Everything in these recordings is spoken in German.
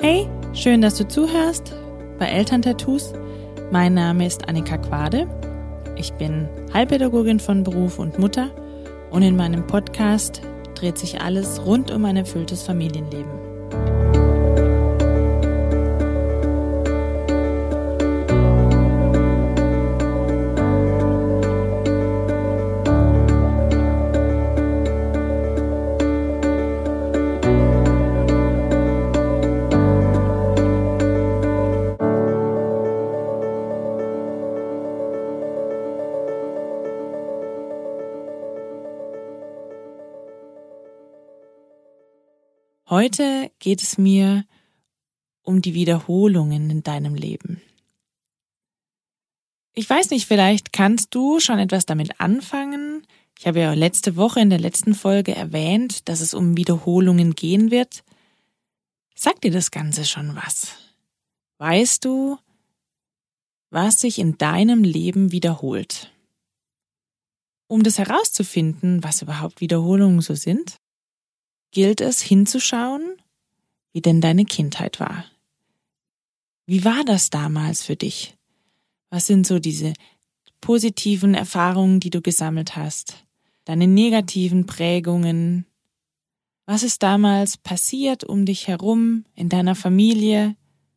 Hey, schön, dass du zuhörst bei Elterntattoos. Mein Name ist Annika Quade. Ich bin Heilpädagogin von Beruf und Mutter und in meinem Podcast dreht sich alles rund um ein erfülltes Familienleben. Heute geht es mir um die Wiederholungen in deinem Leben. Ich weiß nicht, vielleicht kannst du schon etwas damit anfangen. Ich habe ja letzte Woche in der letzten Folge erwähnt, dass es um Wiederholungen gehen wird. Sagt dir das Ganze schon was? Weißt du, was sich in deinem Leben wiederholt? Um das herauszufinden, was überhaupt Wiederholungen so sind, gilt es hinzuschauen, wie denn deine Kindheit war. Wie war das damals für dich? Was sind so diese positiven Erfahrungen, die du gesammelt hast? Deine negativen Prägungen? Was ist damals passiert um dich herum, in deiner Familie?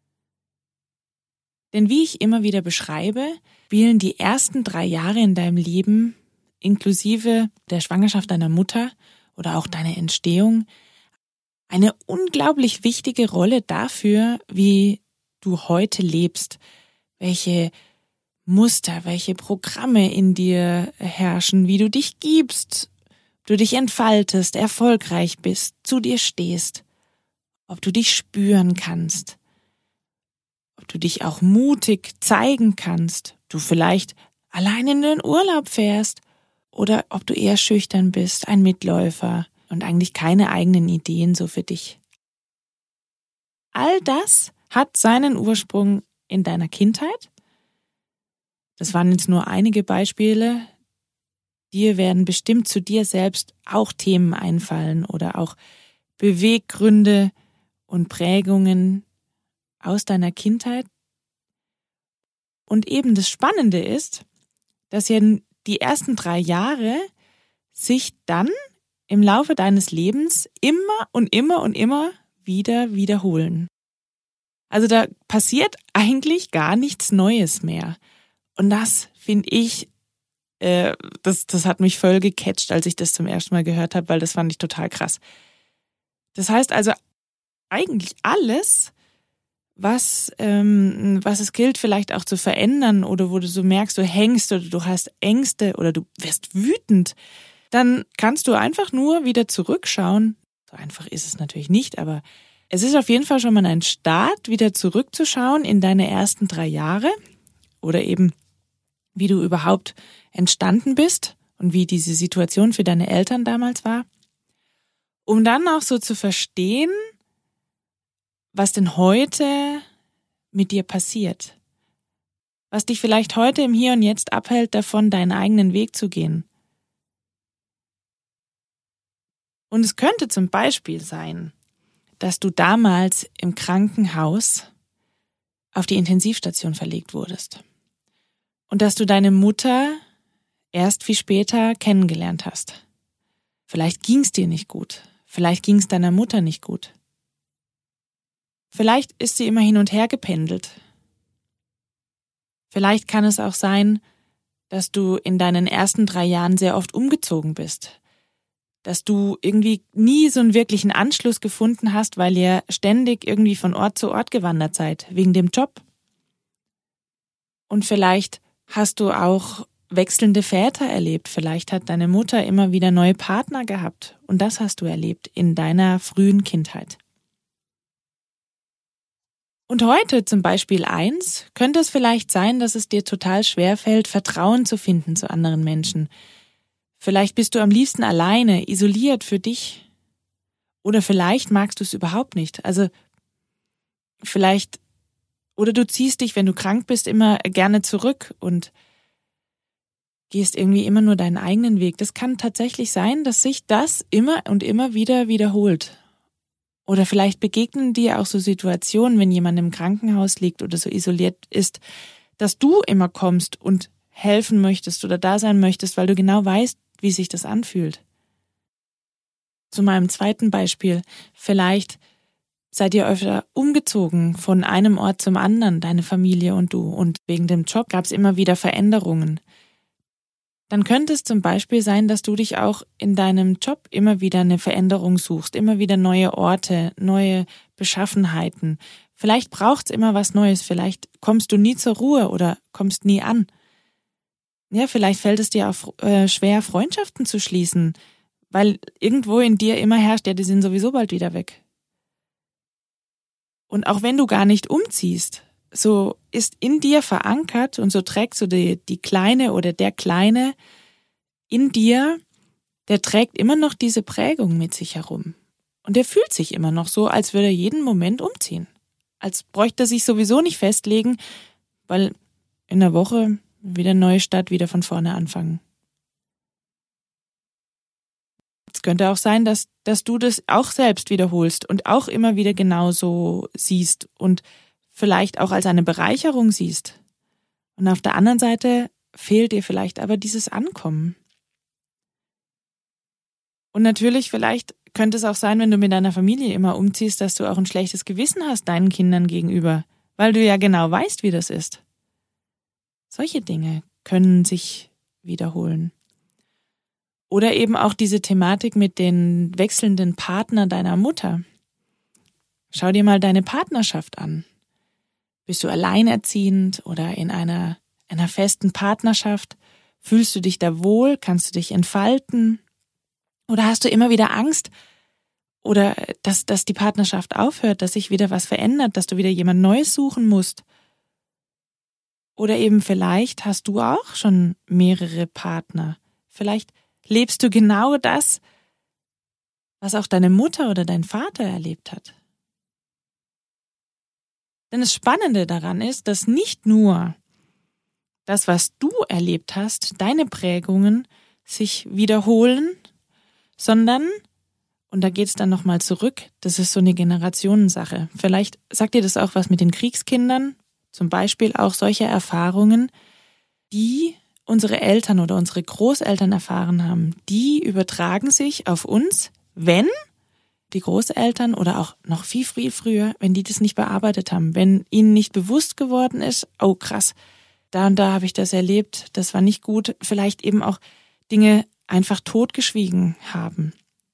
Denn wie ich immer wieder beschreibe, spielen die ersten 3 Jahre in deinem Leben, inklusive der Schwangerschaft deiner Mutter, oder auch deine Entstehung, eine unglaublich wichtige Rolle dafür, wie du heute lebst, welche Muster, welche Programme in dir herrschen, wie du dich gibst, du dich entfaltest, erfolgreich bist, zu dir stehst, ob du dich spüren kannst, ob du dich auch mutig zeigen kannst, du vielleicht allein in den Urlaub fährst, oder ob du eher schüchtern bist, ein Mitläufer und eigentlich keine eigenen Ideen so für dich. All das hat seinen Ursprung in deiner Kindheit. Das waren jetzt nur einige Beispiele. Dir werden bestimmt zu dir selbst auch Themen einfallen oder auch Beweggründe und Prägungen aus deiner Kindheit. Und eben das Spannende ist, dass ja die ersten 3 Jahre sich dann im Laufe deines Lebens immer und immer und immer wieder wiederholen. Also da passiert eigentlich gar nichts Neues mehr. Und das finde ich, das hat mich voll gecatcht, als ich das zum ersten Mal gehört habe, weil das fand ich total krass. Das heißt also eigentlich alles, was es gilt vielleicht auch zu verändern oder wo du so merkst, du hängst oder du hast Ängste oder du wirst wütend, dann kannst du einfach nur wieder zurückschauen. So einfach ist es natürlich nicht, aber es ist auf jeden Fall schon mal ein Start, wieder zurückzuschauen in deine ersten 3 Jahre oder eben, wie du überhaupt entstanden bist und wie diese Situation für deine Eltern damals war, um dann auch so zu verstehen, was denn heute mit dir passiert. Was dich vielleicht heute im Hier und Jetzt abhält, davon deinen eigenen Weg zu gehen. Und es könnte zum Beispiel sein, dass du damals im Krankenhaus auf die Intensivstation verlegt wurdest. Und dass du deine Mutter erst viel später kennengelernt hast. Vielleicht ging es dir nicht gut. Vielleicht ging es deiner Mutter nicht gut. Vielleicht ist sie immer hin und her gependelt. Vielleicht kann es auch sein, dass du in deinen ersten 3 Jahren sehr oft umgezogen bist. Dass du irgendwie nie so einen wirklichen Anschluss gefunden hast, weil ihr ständig irgendwie von Ort zu Ort gewandert seid, wegen dem Job. Und vielleicht hast du auch wechselnde Väter erlebt. Vielleicht hat deine Mutter immer wieder neue Partner gehabt. Und das hast du erlebt in deiner frühen Kindheit. Und heute zum Beispiel 1 könnte es vielleicht sein, dass es dir total schwerfällt, Vertrauen zu finden zu anderen Menschen. Vielleicht bist du am liebsten alleine, isoliert für dich. Oder vielleicht magst du es überhaupt nicht. Also vielleicht, oder du ziehst dich, wenn du krank bist, immer gerne zurück und gehst irgendwie immer nur deinen eigenen Weg. Das kann tatsächlich sein, dass sich das immer und immer wieder wiederholt. Oder vielleicht begegnen dir auch so Situationen, wenn jemand im Krankenhaus liegt oder so isoliert ist, dass du immer kommst und helfen möchtest oder da sein möchtest, weil du genau weißt, wie sich das anfühlt. Zu meinem zweiten Beispiel. Vielleicht seid ihr öfter umgezogen von einem Ort zum anderen, deine Familie und du, und wegen dem Job gab es immer wieder Veränderungen. Dann könnte es zum Beispiel sein, dass du dich auch in deinem Job immer wieder eine Veränderung suchst, immer wieder neue Orte, neue Beschaffenheiten. Vielleicht braucht's immer was Neues, vielleicht kommst du nie zur Ruhe oder kommst nie an. Ja, vielleicht fällt es dir auch schwer, Freundschaften zu schließen, weil irgendwo in dir immer herrscht, ja, die sind sowieso bald wieder weg. Und auch wenn du gar nicht umziehst, so ist in dir verankert und so trägst du die Kleine oder der Kleine in dir, der trägt immer noch diese Prägung mit sich herum. Und der fühlt sich immer noch so, als würde er jeden Moment umziehen. Als bräuchte er sich sowieso nicht festlegen, weil in der Woche wieder eine neue Stadt, wieder von vorne anfangen. Es könnte auch sein, dass du das auch selbst wiederholst und auch immer wieder genauso siehst und vielleicht auch als eine Bereicherung siehst. Und auf der anderen Seite fehlt dir vielleicht aber dieses Ankommen. Und natürlich, vielleicht könnte es auch sein, wenn du mit deiner Familie immer umziehst, dass du auch ein schlechtes Gewissen hast deinen Kindern gegenüber, weil du ja genau weißt, wie das ist. Solche Dinge können sich wiederholen. Oder eben auch diese Thematik mit den wechselnden Partnern deiner Mutter. Schau dir mal deine Partnerschaft an. Bist du alleinerziehend oder in einer festen Partnerschaft? Fühlst du dich da wohl? Kannst du dich entfalten? Oder hast du immer wieder Angst, oder dass die Partnerschaft aufhört, dass sich wieder was verändert, dass du wieder jemand Neues suchen musst? Oder eben vielleicht hast du auch schon mehrere Partner. Vielleicht lebst du genau das, was auch deine Mutter oder dein Vater erlebt hat. Denn das Spannende daran ist, dass nicht nur das, was du erlebt hast, deine Prägungen sich wiederholen, sondern, und da geht es dann nochmal zurück, das ist so eine Generationensache. Vielleicht sagt dir das auch was mit den Kriegskindern, zum Beispiel auch solche Erfahrungen, die unsere Eltern oder unsere Großeltern erfahren haben, die übertragen sich auf uns, wenn die Großeltern oder auch noch viel, viel früher, wenn die das nicht bearbeitet haben, wenn ihnen nicht bewusst geworden ist, oh krass, da und da habe ich das erlebt, das war nicht gut, vielleicht eben auch Dinge einfach totgeschwiegen haben.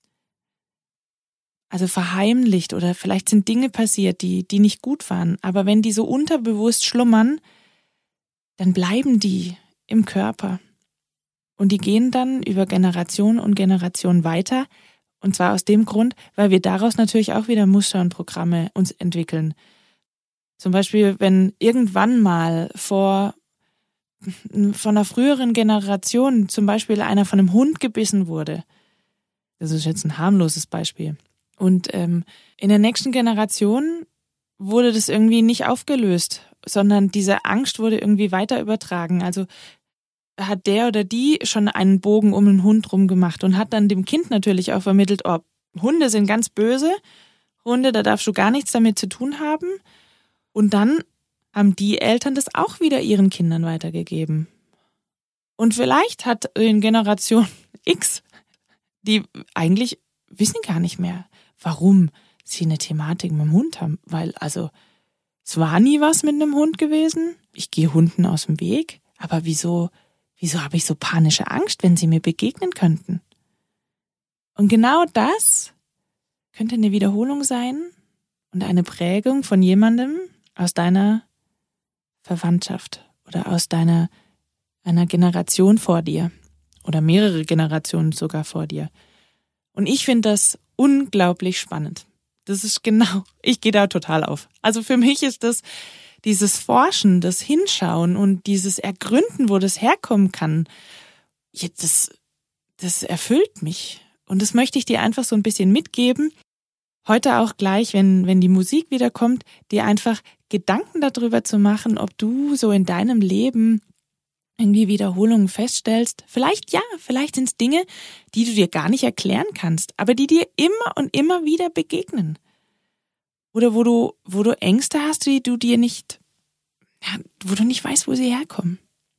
Also verheimlicht, oder vielleicht sind Dinge passiert, die nicht gut waren. Aber wenn die so unterbewusst schlummern, dann bleiben die im Körper. Und die gehen dann über Generation und Generation weiter. Und zwar aus dem Grund, weil wir daraus natürlich auch wieder Muster und Programme uns entwickeln. Zum Beispiel, wenn irgendwann mal von einer früheren Generation zum Beispiel einer von einem Hund gebissen wurde. Das ist jetzt ein harmloses Beispiel. Und in der nächsten Generation wurde das irgendwie nicht aufgelöst, sondern diese Angst wurde irgendwie weiter übertragen. Also hat der oder die schon einen Bogen um den Hund rumgemacht und hat dann dem Kind natürlich auch vermittelt, oh, Hunde sind ganz böse, Hunde, da darfst du gar nichts damit zu tun haben. Und dann haben die Eltern das auch wieder ihren Kindern weitergegeben. Und vielleicht hat in Generation X, die eigentlich wissen gar nicht mehr, warum sie eine Thematik mit dem Hund haben. Weil, also, es war nie was mit einem Hund gewesen. Ich gehe Hunden aus dem Weg. Aber wieso habe ich so panische Angst, wenn sie mir begegnen könnten? Und genau das könnte eine Wiederholung sein und eine Prägung von jemandem aus deiner Verwandtschaft oder aus einer Generation vor dir oder mehrere Generationen sogar vor dir. Und ich finde das unglaublich spannend. Das ist genau, ich gehe da total auf. Also für mich ist das dieses Forschen, das Hinschauen und dieses Ergründen, wo das herkommen kann, das erfüllt mich. Und das möchte ich dir einfach so ein bisschen mitgeben. Heute auch gleich, wenn die Musik wieder kommt, dir einfach Gedanken darüber zu machen, ob du so in deinem Leben irgendwie Wiederholungen feststellst. Vielleicht sind es Dinge, die du dir gar nicht erklären kannst, aber die dir immer und immer wieder begegnen. Oder wo du Ängste hast, die du dir nicht, wo du nicht weißt, wo sie herkommen.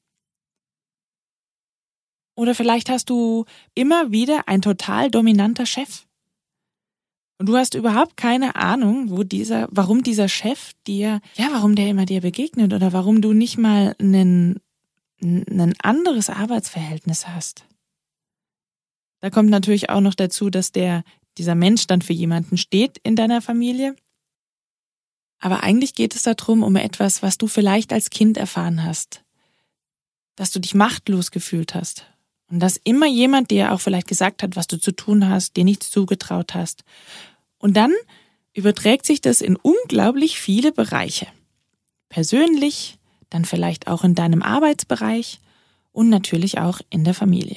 Oder vielleicht hast du immer wieder ein total dominanter Chef. Und du hast überhaupt keine Ahnung, warum dieser Chef warum der immer dir begegnet oder warum du nicht mal ein anderes Arbeitsverhältnis hast. Da kommt natürlich auch noch dazu, dass dieser Mensch dann für jemanden steht in deiner Familie. Aber eigentlich geht es darum, um etwas, was du vielleicht als Kind erfahren hast. Dass du dich machtlos gefühlt hast. Und dass immer jemand dir auch vielleicht gesagt hat, was du zu tun hast, dir nichts zugetraut hast. Und dann überträgt sich das in unglaublich viele Bereiche. Persönlich, dann vielleicht auch in deinem Arbeitsbereich und natürlich auch in der Familie.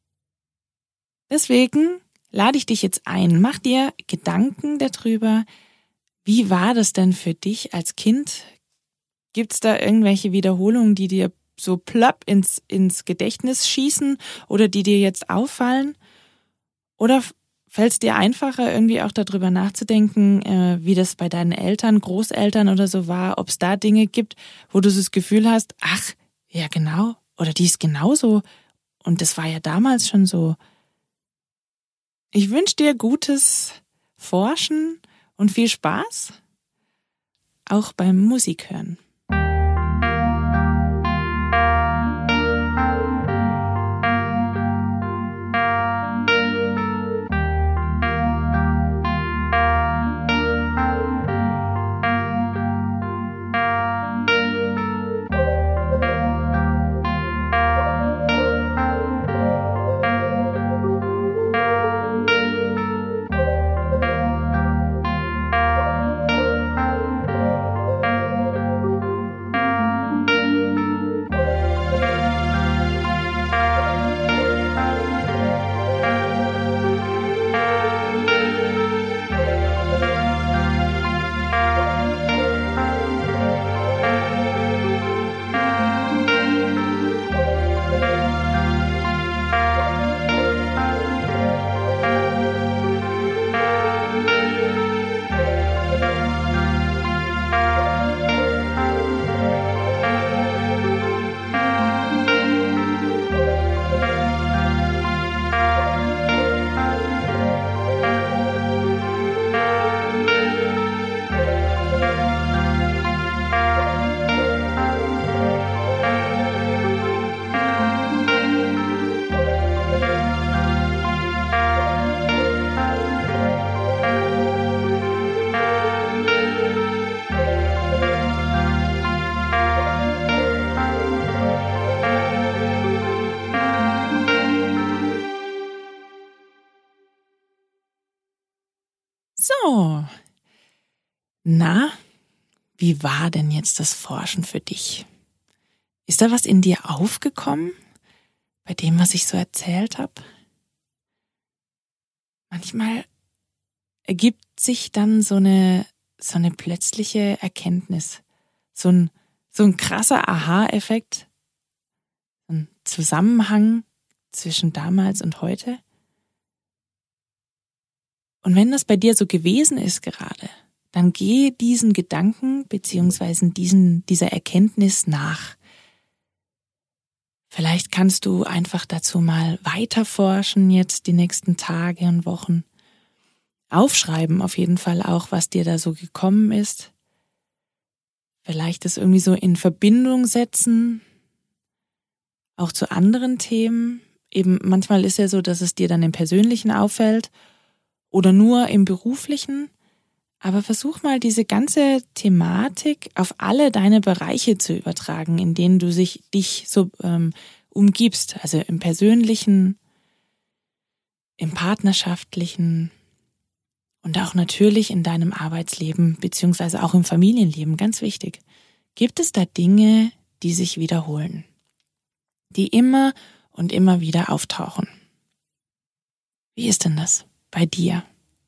Deswegen lade ich dich jetzt ein, mach dir Gedanken darüber, wie war das denn für dich als Kind? Gibt es da irgendwelche Wiederholungen, die dir so plopp ins Gedächtnis schießen oder die dir jetzt auffallen? Oder fällt es dir einfacher, irgendwie auch darüber nachzudenken, wie das bei deinen Eltern, Großeltern oder so war, ob es da Dinge gibt, wo du das Gefühl hast, ach, ja genau, oder die ist genauso und das war ja damals schon so. Ich wünsche dir gutes Forschen und viel Spaß, auch beim Musikhören. So, na, wie war denn jetzt das Forschen für dich? Ist da was in dir aufgekommen, bei dem, was ich so erzählt habe? Manchmal ergibt sich dann so eine plötzliche Erkenntnis, so ein krasser Aha-Effekt, ein Zusammenhang zwischen damals und heute. Und wenn das bei dir so gewesen ist gerade, dann geh diesen Gedanken beziehungsweise dieser Erkenntnis nach. Vielleicht kannst du einfach dazu mal weiter forschen jetzt die nächsten Tage und Wochen. Aufschreiben auf jeden Fall auch, was dir da so gekommen ist. Vielleicht das irgendwie so in Verbindung setzen, auch zu anderen Themen. Eben manchmal ist ja so, dass es dir dann im Persönlichen auffällt oder nur im Beruflichen. Aber versuch mal, diese ganze Thematik auf alle deine Bereiche zu übertragen, in denen du dich so umgibst. Also im Persönlichen, im Partnerschaftlichen und auch natürlich in deinem Arbeitsleben beziehungsweise auch im Familienleben. Ganz wichtig. Gibt es da Dinge, die sich wiederholen, die immer und immer wieder auftauchen? Wie ist denn das bei dir?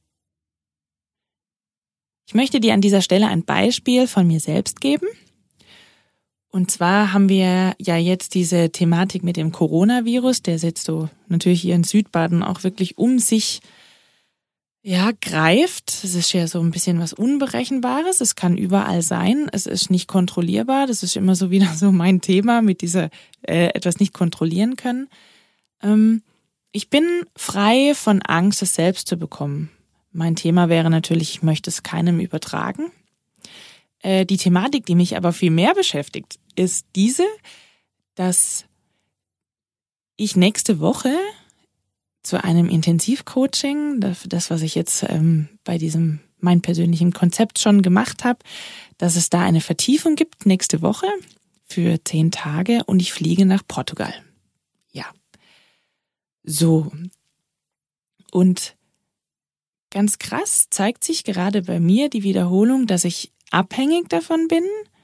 Ich möchte dir an dieser Stelle ein Beispiel von mir selbst geben. Und zwar haben wir ja jetzt diese Thematik mit dem Coronavirus, der setzt so natürlich hier in Südbaden auch wirklich um sich ja, greift. Es ist ja so ein bisschen was Unberechenbares. Es kann überall sein. Es ist nicht kontrollierbar. Das ist immer so wieder so mein Thema mit dieser etwas nicht kontrollieren können. Ich bin frei von Angst, es selbst zu bekommen. Mein Thema wäre natürlich, ich möchte es keinem übertragen. Die Thematik, die mich aber viel mehr beschäftigt, ist diese, dass ich nächste Woche zu einem Intensivcoaching, das was ich jetzt bei diesem mein persönlichen Konzept schon gemacht habe, dass es da eine Vertiefung gibt nächste Woche für 10 Tage und ich fliege nach Portugal. Ja. So. Und ganz krass zeigt sich gerade bei mir die Wiederholung, dass ich abhängig davon bin,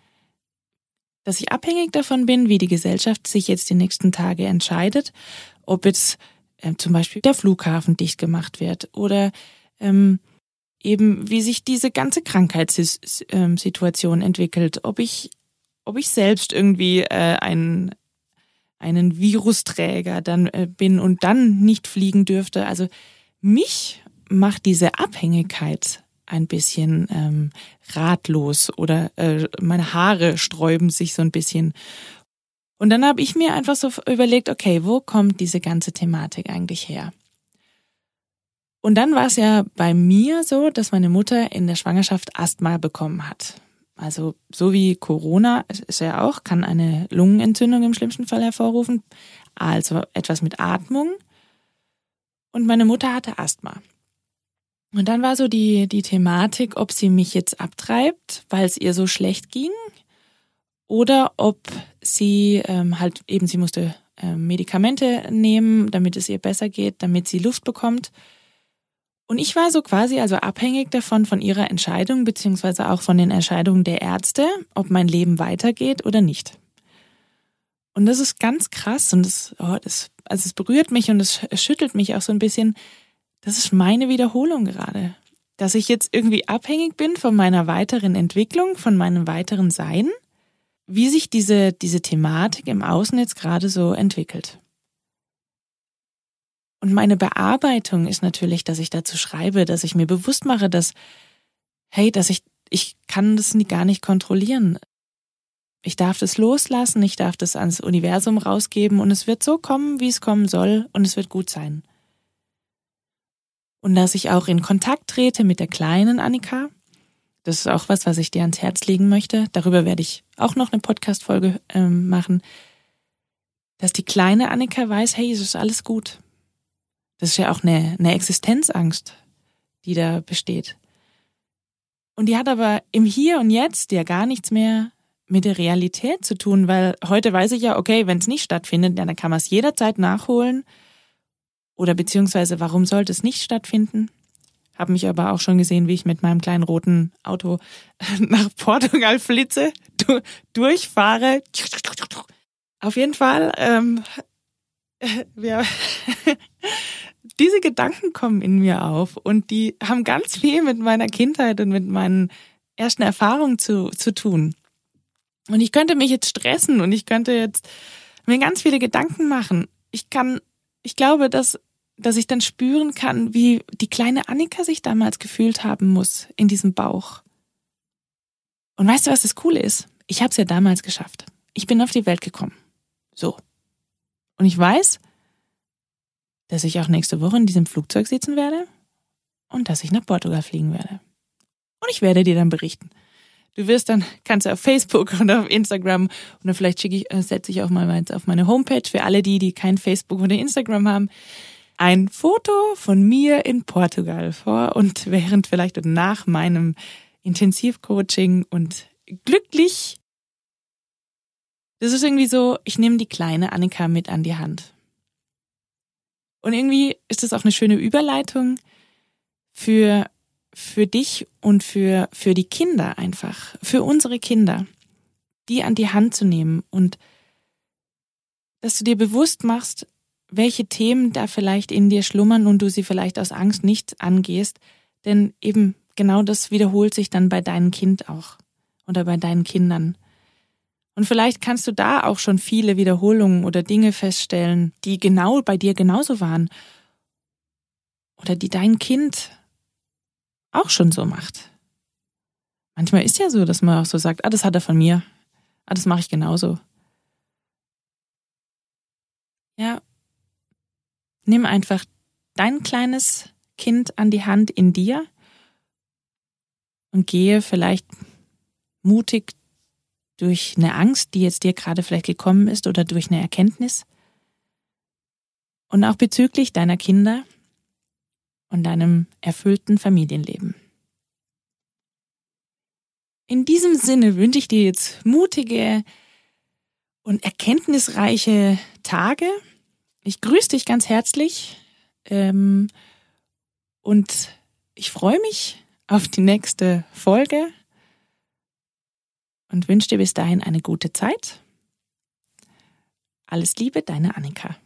wie die Gesellschaft sich jetzt die nächsten Tage entscheidet, ob jetzt zum Beispiel der Flughafen dicht gemacht wird oder eben wie sich diese ganze Krankheitssituation entwickelt, ob ich selbst irgendwie einen Virusträger dann bin und dann nicht fliegen dürfte. Also mich macht diese Abhängigkeit ein bisschen ratlos oder meine Haare sträuben sich so ein bisschen. Und dann habe ich mir einfach so überlegt, okay, wo kommt diese ganze Thematik eigentlich her? Und dann war es ja bei mir so, dass meine Mutter in der Schwangerschaft Asthma bekommen hat. Also so wie Corona ist ja auch, kann eine Lungenentzündung im schlimmsten Fall hervorrufen, also etwas mit Atmung. Und meine Mutter hatte Asthma. Und dann war so die Thematik, ob sie mich jetzt abtreibt, weil es ihr so schlecht ging, oder ob sie sie musste Medikamente nehmen, damit es ihr besser geht, damit sie Luft bekommt. Und ich war so quasi also abhängig davon, von ihrer Entscheidung, beziehungsweise auch von den Entscheidungen der Ärzte, ob mein Leben weitergeht oder nicht. Und das ist ganz krass und es berührt mich und es schüttelt mich auch so ein bisschen. Das ist meine Wiederholung gerade. Dass ich jetzt irgendwie abhängig bin von meiner weiteren Entwicklung, von meinem weiteren Sein, wie sich diese Thematik im Außen jetzt gerade so entwickelt. Und meine Bearbeitung ist natürlich, dass ich dazu schreibe, dass ich mir bewusst mache, dass ich kann das gar nicht kontrollieren. Ich darf das loslassen, ich darf das ans Universum rausgeben und es wird so kommen, wie es kommen soll und es wird gut sein. Und dass ich auch in Kontakt trete mit der kleinen Annika. Das ist auch was ich dir ans Herz legen möchte. Darüber werde ich auch noch eine Podcast-Folge machen. Dass die kleine Annika weiß, hey, es ist alles gut. Das ist ja auch eine Existenzangst, die da besteht. Und die hat aber im Hier und Jetzt ja gar nichts mehr mit der Realität zu tun, weil heute weiß ich ja, okay, wenn es nicht stattfindet, dann kann man es jederzeit nachholen. Oder beziehungsweise, warum sollte es nicht stattfinden? Habe mich aber auch schon gesehen, wie ich mit meinem kleinen roten Auto nach Portugal flitze, durchfahre. Auf jeden Fall, diese Gedanken kommen in mir auf und die haben ganz viel mit meiner Kindheit und mit meinen ersten Erfahrungen zu tun. Und ich könnte mich jetzt stressen und ich könnte jetzt mir ganz viele Gedanken machen. Ich glaube, dass ich dann spüren kann, wie die kleine Annika sich damals gefühlt haben muss in diesem Bauch. Und weißt du, was das Coole ist? Ich habe es ja damals geschafft. Ich bin auf die Welt gekommen. So. Und ich weiß, dass ich auch nächste Woche in diesem Flugzeug sitzen werde und dass ich nach Portugal fliegen werde. Und ich werde dir dann berichten. Kannst du auf Facebook oder auf Instagram oder vielleicht setze ich auch mal auf meine Homepage für alle die kein Facebook oder Instagram haben, ein Foto von mir in Portugal vor und während vielleicht und nach meinem Intensivcoaching und glücklich. Das ist irgendwie so, ich nehme die kleine Annika mit an die Hand. Und irgendwie ist das auch eine schöne Überleitung für dich und für die Kinder einfach, für unsere Kinder, die an die Hand zu nehmen und dass du dir bewusst machst, welche Themen da vielleicht in dir schlummern und du sie vielleicht aus Angst nicht angehst, denn eben genau das wiederholt sich dann bei deinem Kind auch oder bei deinen Kindern. Und vielleicht kannst du da auch schon viele Wiederholungen oder Dinge feststellen, die genau bei dir genauso waren oder die dein Kind auch schon so macht. Manchmal ist ja so, dass man auch so sagt, das hat er von mir, das mache ich genauso. Ja, nimm einfach dein kleines Kind an die Hand in dir und gehe vielleicht mutig durch eine Angst, die jetzt dir gerade vielleicht gekommen ist oder durch eine Erkenntnis. Und auch bezüglich deiner Kinder und deinem erfüllten Familienleben. In diesem Sinne wünsche ich dir jetzt mutige und erkenntnisreiche Tage. Ich grüße dich ganz herzlich und ich freue mich auf die nächste Folge und wünsche dir bis dahin eine gute Zeit. Alles Liebe, deine Annika.